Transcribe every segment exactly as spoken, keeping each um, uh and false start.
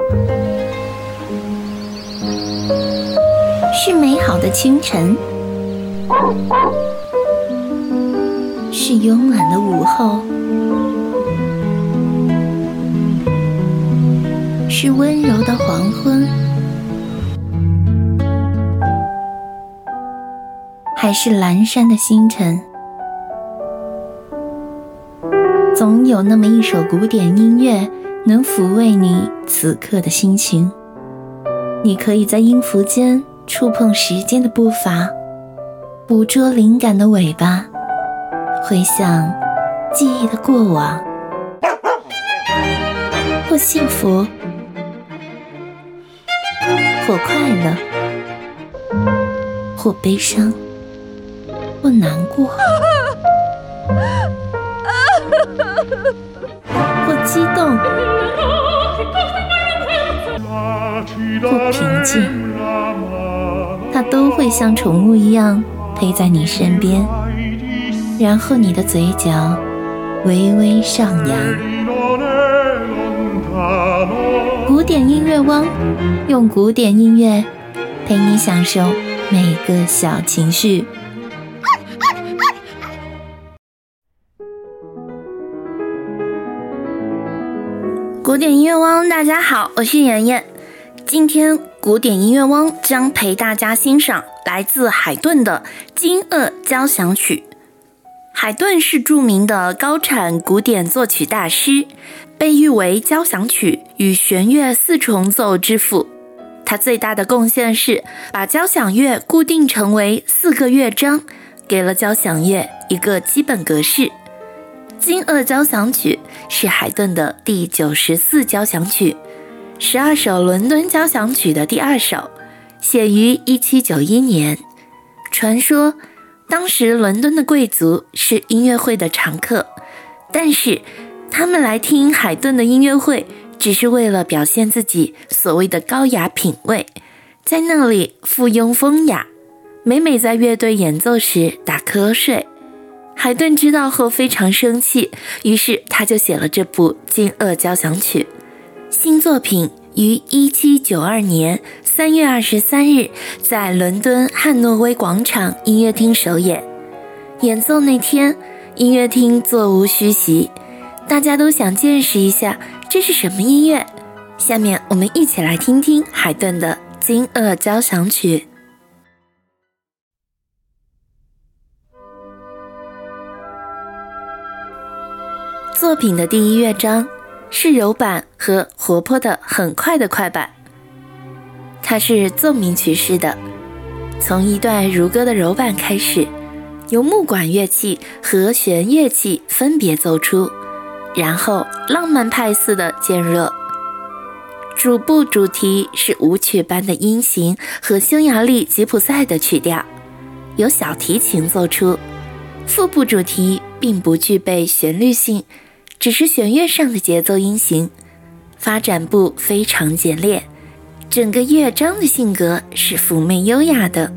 是美好的清晨，是慵懒的午后，是温柔的黄昏，还是阑珊的星辰。总有那么一首古典音乐能抚慰你此刻的心情。你可以在音符间触碰时间的步伐，捕捉灵感的尾巴，回想记忆的过往，或幸福，或快乐，或悲伤，或难过，或激动，或平静，它都会像宠物一样陪在你身边，然后你的嘴角微微上扬。古典音乐汪，用古典音乐陪你享受每个小情绪。古典音乐汪，大家好，我是妍妍。今天古典音乐汪将陪大家欣赏来自海顿的《惊愕交响曲》。海顿是著名的高产古典作曲大师，被誉为交响曲与弦乐四重奏之父。他最大的贡献是把交响乐固定成为四个乐章，给了交响乐一个基本格式。惊愕交响曲是海顿的第九十四交响曲，十二首伦敦交响曲的第二首，写于一七九一年。传说当时伦敦的贵族是音乐会的常客，但是他们来听海顿的音乐会只是为了表现自己所谓的高雅品味，在那里附庸风雅，每每在乐队演奏时打瞌睡。海顿知道后非常生气，于是他就写了这部惊愕交响曲。新作品于一七九二年三月二十三日在伦敦汉诺威广场音乐厅首演。演奏那天，音乐厅座无虚席，大家都想见识一下这是什么音乐。下面我们一起来听听海顿的惊愕交响曲。作品的第一乐章是柔板和活泼的很快的快板，它是奏鸣曲式的，从一段如歌的柔板开始，由木管乐器和弦乐器分别奏出，然后浪漫派似的渐热。主部主题是舞曲般的音型和匈牙利吉普赛的曲调，由小提琴奏出。副部主题并不具备旋律性，只是弦乐上的节奏音型，发展部非常简练，整个乐章的性格是妩媚优雅的。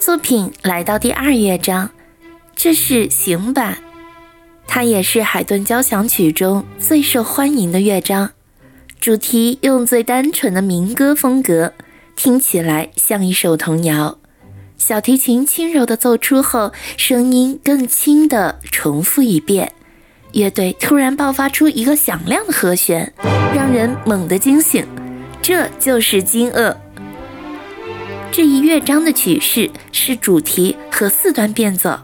作品来到第二乐章，这是行板，它也是海顿交响曲中最受欢迎的乐章。主题用最单纯的民歌风格，听起来像一首童谣。小提琴轻柔地奏出后，声音更轻地重复一遍。乐队突然爆发出一个响亮的和弦，让人猛地惊醒。这就是惊愕。这一乐章的曲式是主题和四段变奏。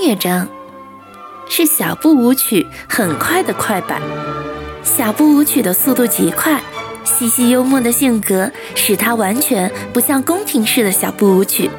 乐章，是小步舞曲很快的快板。小步舞曲的速度极快，嘻嘻幽默的性格使它完全不像宫廷式的小步舞曲。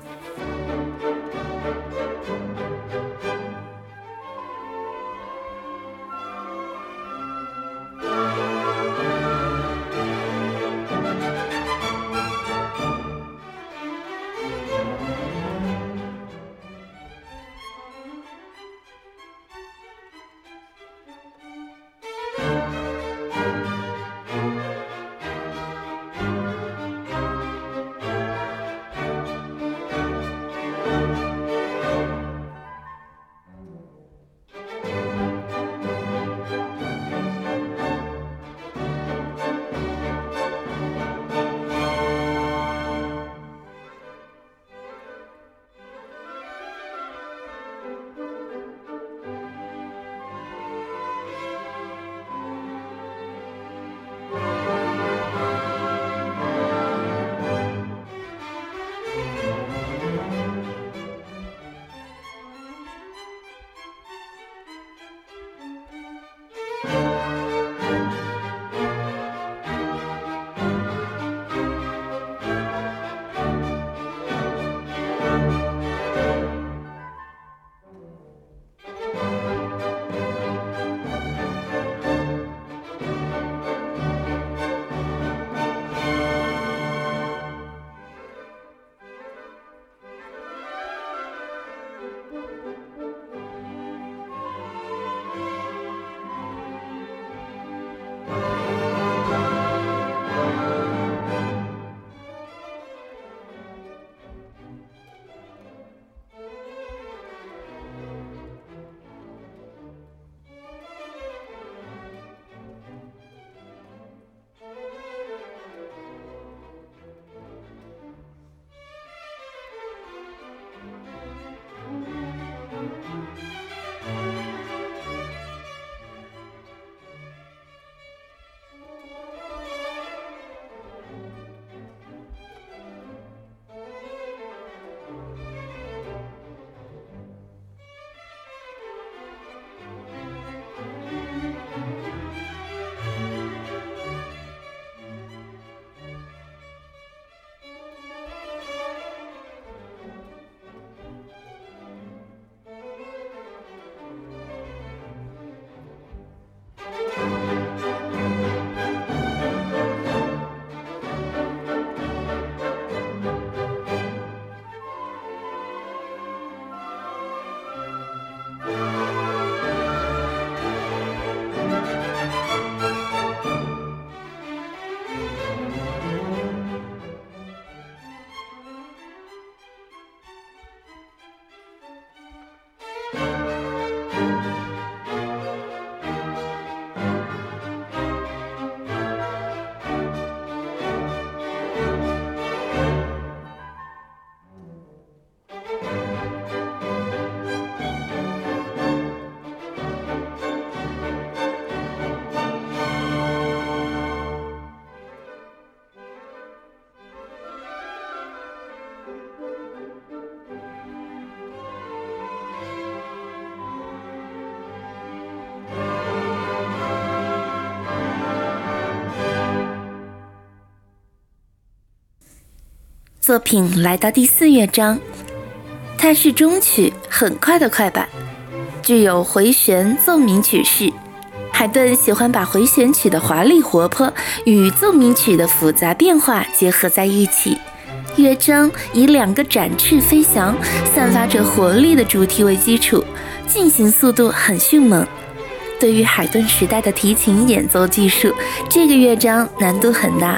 作品来到第四乐章，它是中曲很快的快板，具有回旋奏鸣曲式。海顿喜欢把回旋曲的华丽活泼与奏鸣曲的复杂变化结合在一起。乐章以两个展翅飞翔、散发着活力的主题为基础，进行速度很迅猛。对于海顿时代的提琴演奏技术，这个乐章难度很大。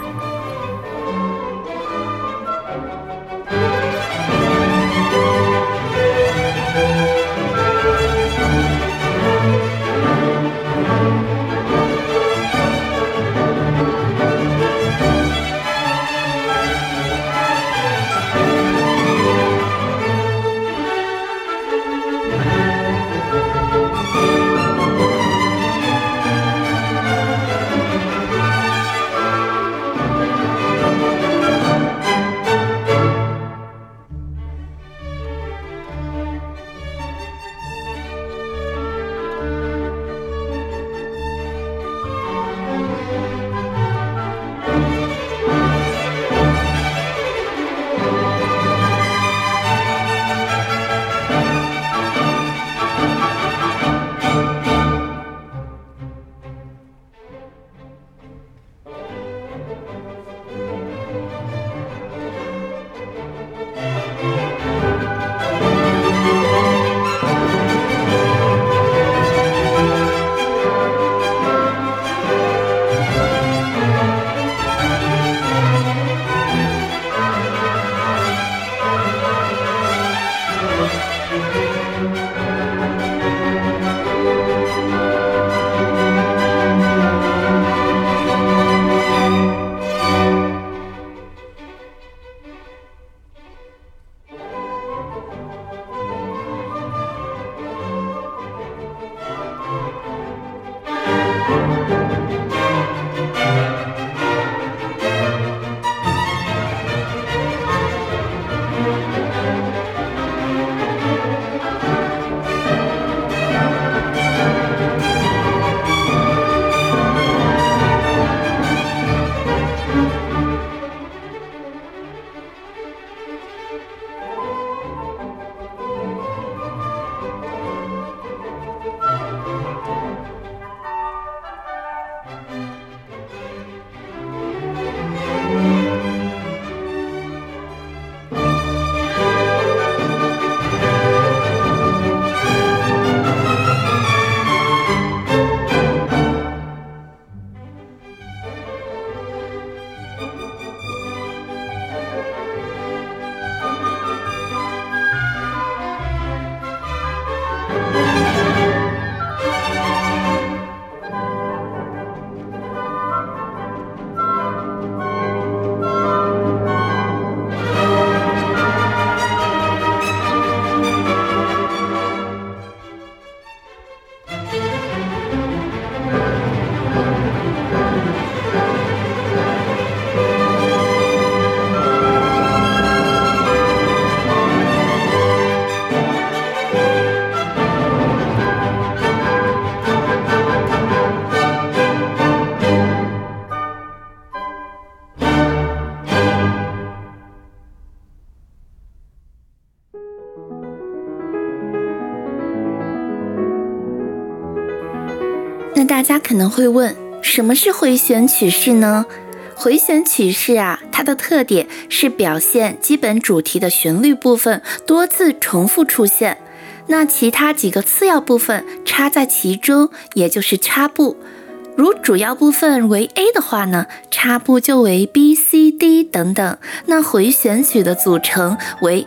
那大家可能会问，什么是回旋曲式呢？回旋曲式啊，它的特点是表现基本主题的旋律部分多次重复出现，那其他几个次要部分插在其中，也就是插部。如主要部分为 A 的话呢，插部就为 B、C、D 等等。那回旋曲的组成为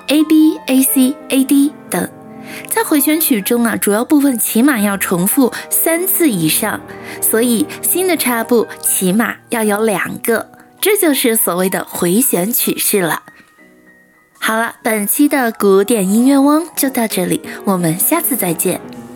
A、B、A、C、A、D 等。在回旋曲中啊，主要部分起码要重复三次以上，所以新的插部起码要有两个，这就是所谓的回旋曲式了。好了，本期的古典音乐汪就到这里，我们下次再见。